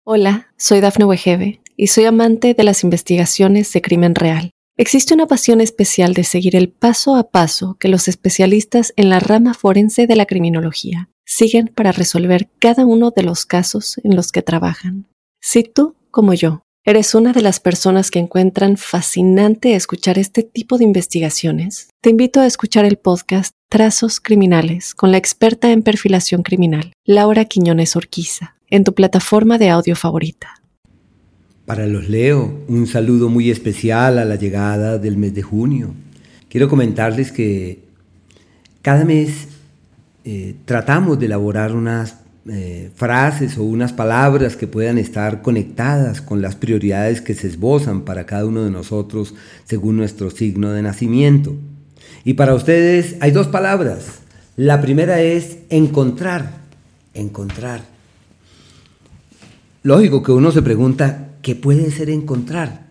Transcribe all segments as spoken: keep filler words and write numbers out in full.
Hola, soy Dafne Wegebe y soy amante de las investigaciones de crimen real. Existe una pasión especial de seguir el paso a paso que los especialistas en la rama forense de la criminología siguen para resolver cada uno de los casos en los que trabajan. Si tú, como yo, eres una de las personas que encuentran fascinante escuchar este tipo de investigaciones, te invito a escuchar el podcast Trazos Criminales con la experta en perfilación criminal, Laura Quiñones Orquiza, en tu plataforma de audio favorita. Para los Leo, un saludo muy especial a la llegada del mes de junio. Quiero comentarles que cada mes eh, tratamos de elaborar unas eh, frases o unas palabras que puedan estar conectadas con las prioridades que se esbozan para cada uno de nosotros según nuestro signo de nacimiento. Y para ustedes hay dos palabras. La primera es encontrar, encontrar. Lógico que uno se pregunta, ¿qué puede ser encontrar?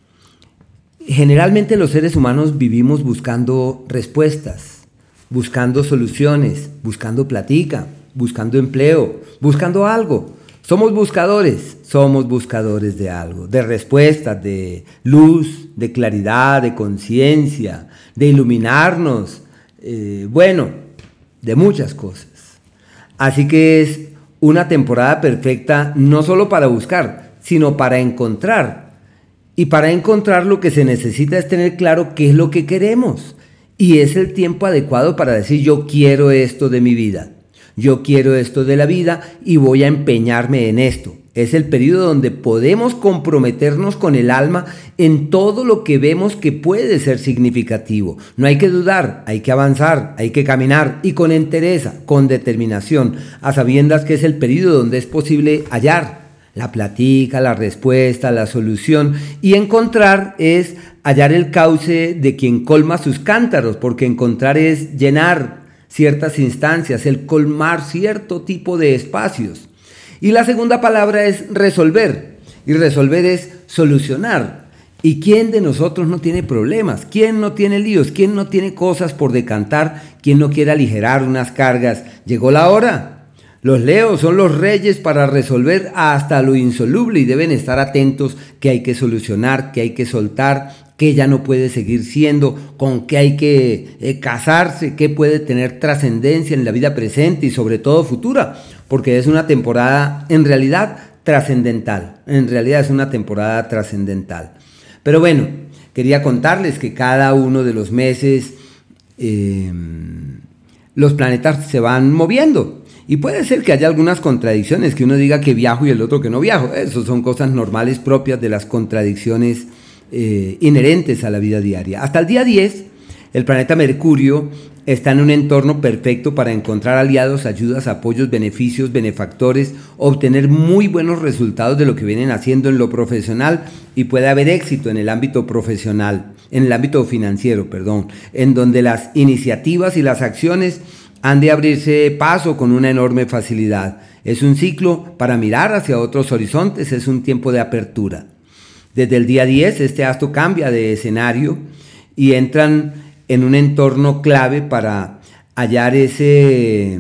Generalmente los seres humanos vivimos buscando respuestas, buscando soluciones, buscando platica, buscando empleo, buscando algo. Somos buscadores, somos buscadores de algo, de respuestas, de luz, de claridad, de conciencia, de iluminarnos, eh, bueno, de muchas cosas. Así que es una temporada perfecta no solo para buscar, sino para encontrar. Y para encontrar lo que se necesita es tener claro qué es lo que queremos. Y es el tiempo adecuado para decir yo quiero esto de mi vida. Yo quiero esto de la vida y voy a empeñarme en esto. Es el periodo donde podemos comprometernos con el alma en todo lo que vemos que puede ser significativo. No hay que dudar, hay que avanzar, hay que caminar y con entereza, con determinación, a sabiendas que es el periodo donde es posible hallar la platica, la respuesta, la solución, y encontrar es hallar el cauce de quien colma sus cántaros, porque encontrar es llenar ciertas instancias, el colmar cierto tipo de espacios. Y la segunda palabra es resolver, y resolver es solucionar. ¿Y quién de nosotros no tiene problemas? ¿Quién no tiene líos? ¿Quién no tiene cosas por decantar? ¿Quién no quiere aligerar unas cargas? Llegó la hora. Los Leos son los reyes para resolver hasta lo insoluble y deben estar atentos que hay que solucionar, que hay que soltar, que ya no puede seguir siendo, con qué hay que eh, casarse, qué puede tener trascendencia en la vida presente y sobre todo futura, porque es una temporada en realidad trascendental, en realidad es una temporada trascendental. Pero bueno, quería contarles que cada uno de los meses eh, los planetas se van moviendo. Y puede ser que haya algunas contradicciones, que uno diga que viajo y el otro que no viajo. Eso son cosas normales propias de las contradicciones eh, inherentes a la vida diaria. Hasta el día diez, el planeta Mercurio está en un entorno perfecto para encontrar aliados, ayudas, apoyos, beneficios, benefactores, obtener muy buenos resultados de lo que vienen haciendo en lo profesional y puede haber éxito en el ámbito profesional, en el ámbito financiero, perdón, en donde las iniciativas y las acciones han de abrirse paso con una enorme facilidad. Es un ciclo para mirar hacia otros horizontes, es un tiempo de apertura. Desde el día diez este astro cambia de escenario y entran en un entorno clave para hallar ese,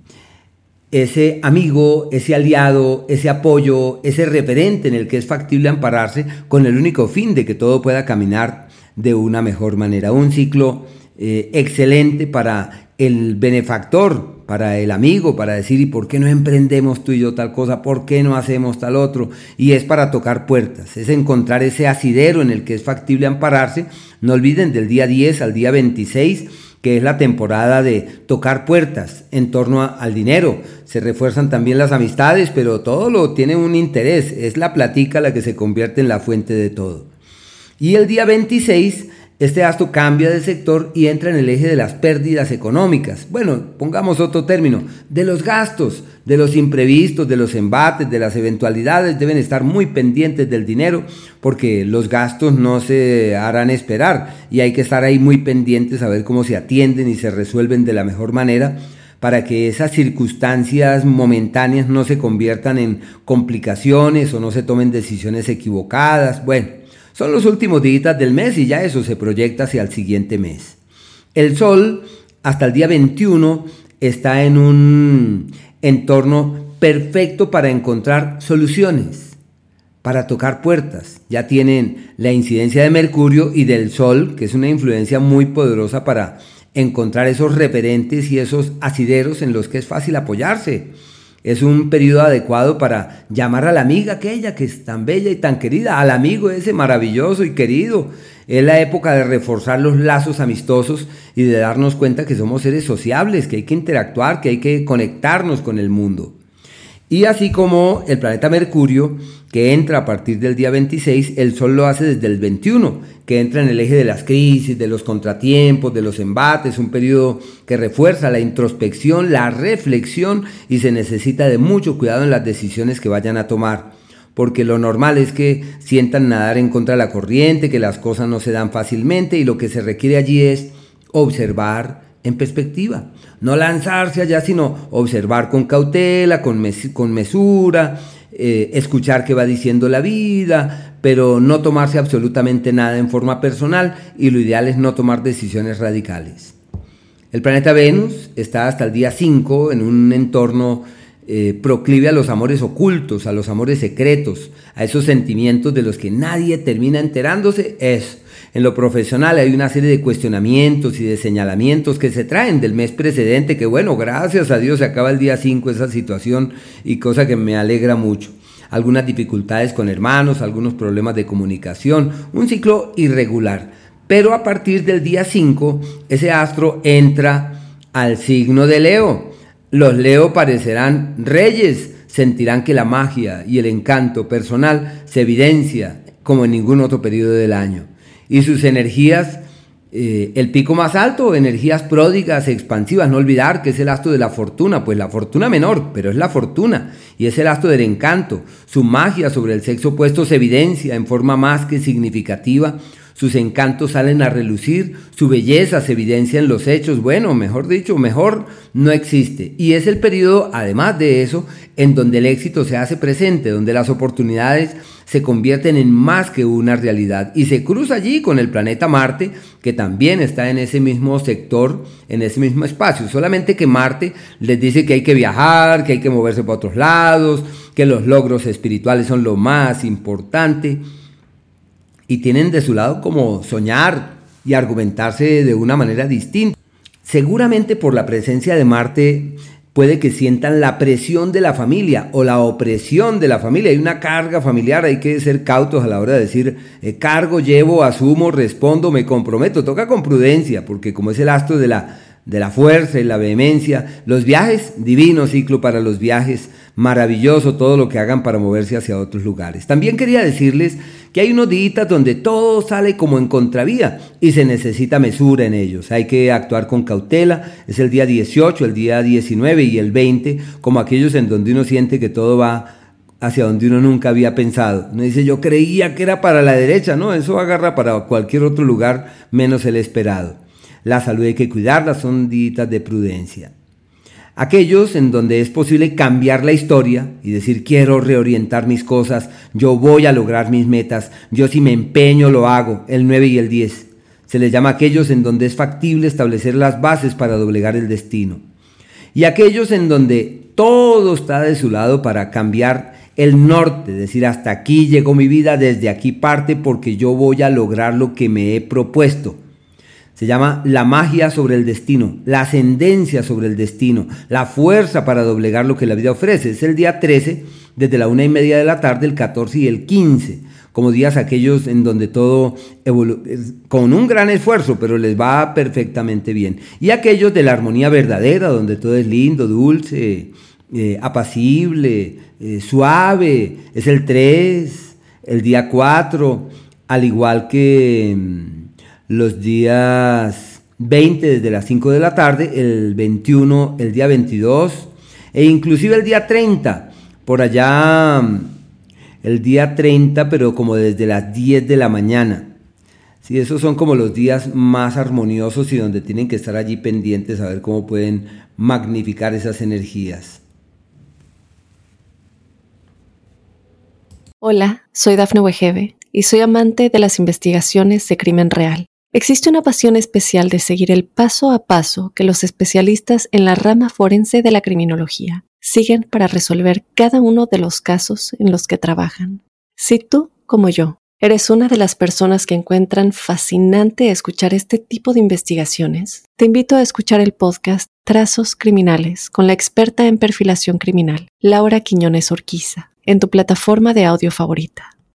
ese amigo, ese aliado, ese apoyo, ese referente en el que es factible ampararse con el único fin de que todo pueda caminar de una mejor manera. Un ciclo eh, excelente para el benefactor, para el amigo, para decir, ¿y por qué no emprendemos tú y yo tal cosa? ¿Por qué no hacemos tal otro? Y es para tocar puertas, es encontrar ese asidero en el que es factible ampararse. No olviden del día diez al día veintiséis, que es la temporada de tocar puertas en torno a, al dinero. Se refuerzan también las amistades, pero todo lo tiene un interés, es la platica la que se convierte en la fuente de todo. Y el día veintiséis, este astro cambia de sector y entra en el eje de las pérdidas económicas. Bueno, pongamos otro término, de los gastos, de los imprevistos, de los embates, de las eventualidades. Deben estar muy pendientes del dinero porque los gastos no se harán esperar y hay que estar ahí muy pendientes a ver cómo se atienden y se resuelven de la mejor manera para que esas circunstancias momentáneas no se conviertan en complicaciones o no se tomen decisiones equivocadas. Bueno, son los últimos días del mes y ya eso se proyecta hacia el siguiente mes. El Sol hasta el día veintiuno está en un entorno perfecto para encontrar soluciones, para tocar puertas. Ya tienen la incidencia de Mercurio y del Sol, que es una influencia muy poderosa para encontrar esos referentes y esos asideros en los que es fácil apoyarse. Es un periodo adecuado para llamar a la amiga aquella que es tan bella y tan querida, al amigo ese maravilloso y querido. Es la época de reforzar los lazos amistosos y de darnos cuenta que somos seres sociables, que hay que interactuar, que hay que conectarnos con el mundo. Y así como el planeta Mercurio, que entra a partir del día veintiséis, el Sol lo hace desde el veintiuno, que entra en el eje de las crisis, de los contratiempos, de los embates, un periodo que refuerza la introspección, la reflexión y se necesita de mucho cuidado en las decisiones que vayan a tomar, porque lo normal es que sientan nadar en contra de la corriente, que las cosas no se dan fácilmente y lo que se requiere allí es observar en perspectiva, no lanzarse allá, sino observar con cautela, con, mes- con mesura, eh, escuchar qué va diciendo la vida, pero no tomarse absolutamente nada en forma personal y lo ideal es no tomar decisiones radicales. El planeta Venus está hasta el día cinco en un entorno eh, proclive a los amores ocultos, a los amores secretos, a esos sentimientos de los que nadie termina enterándose. Es En lo profesional hay una serie de cuestionamientos y de señalamientos que se traen del mes precedente, que bueno, gracias a Dios se acaba el día cinco esa situación y cosa que me alegra mucho. Algunas dificultades con hermanos, algunos problemas de comunicación, un ciclo irregular. Pero a partir del día cinco, ese astro entra al signo de Leo. Los Leo parecerán reyes, sentirán que la magia y el encanto personal se evidencia como en ningún otro periodo del año. Y sus energías, eh, el pico más alto, energías pródigas, expansivas. No olvidar que es el astro de la fortuna, pues la fortuna menor, pero es la fortuna. Y es el astro del encanto. Su magia sobre el sexo opuesto se evidencia en forma más que significativa. Sus encantos salen a relucir, su belleza se evidencia en los hechos. Bueno, mejor dicho, mejor no existe. Y es el periodo, además de eso, en donde el éxito se hace presente, donde las oportunidades se convierten en más que una realidad. Y se cruza allí con el planeta Marte, que también está en ese mismo sector, en ese mismo espacio. Solamente que Marte les dice que hay que viajar, que hay que moverse para otros lados, que los logros espirituales son lo más importante. Y tienen de su lado como soñar y argumentarse de una manera distinta. Seguramente por la presencia de Marte puede que sientan la presión de la familia o la opresión de la familia. Hay una carga familiar, hay que ser cautos a la hora de decir eh, cargo, llevo, asumo, respondo, me comprometo. Toca con prudencia porque como es el astro de la, de la fuerza y la vehemencia, los viajes, divino ciclo para los viajes, maravilloso todo lo que hagan para moverse hacia otros lugares. También quería decirles que hay unos días donde todo sale como en contravía y se necesita mesura en ellos. Hay que actuar con cautela. Es el día dieciocho, el día diecinueve y el veinte, como aquellos en donde uno siente que todo va hacia donde uno nunca había pensado. Uno dice, yo creía que era para la derecha, no, eso agarra para cualquier otro lugar menos el esperado. La salud hay que cuidarla, son días de prudencia. Aquellos en donde es posible cambiar la historia y decir quiero reorientar mis cosas, yo voy a lograr mis metas, yo si me empeño lo hago, el nueve y el diez. Se les llama aquellos en donde es factible establecer las bases para doblegar el destino. Y aquellos en donde todo está de su lado para cambiar el norte, decir hasta aquí llegó mi vida, desde aquí parte porque yo voy a lograr lo que me he propuesto. Se llama la magia sobre el destino, la ascendencia sobre el destino, la fuerza para doblegar lo que la vida ofrece. Es el día trece, desde la una y media de la tarde, el catorce y el quince, como días aquellos en donde todo evolu- con un gran esfuerzo, pero les va perfectamente bien. Y aquellos de la armonía verdadera, donde todo es lindo, dulce, eh, apacible, eh, suave. Es el tres, el día cuatro, al igual que los días veinte desde las cinco de la tarde, el veintiuno, el día veintidós e inclusive el día treinta, por allá el día treinta, pero como desde las diez de la mañana. Sí, esos son como los días más armoniosos y donde tienen que estar allí pendientes a ver cómo pueden magnificar esas energías. Hola, soy Dafne Wegebe y soy amante de las investigaciones de crimen real. Existe una pasión especial de seguir el paso a paso que los especialistas en la rama forense de la criminología siguen para resolver cada uno de los casos en los que trabajan. Si tú, como yo, eres una de las personas que encuentran fascinante escuchar este tipo de investigaciones, te invito a escuchar el podcast Trazos Criminales con la experta en perfilación criminal, Laura Quiñones Orquiza, en tu plataforma de audio favorita.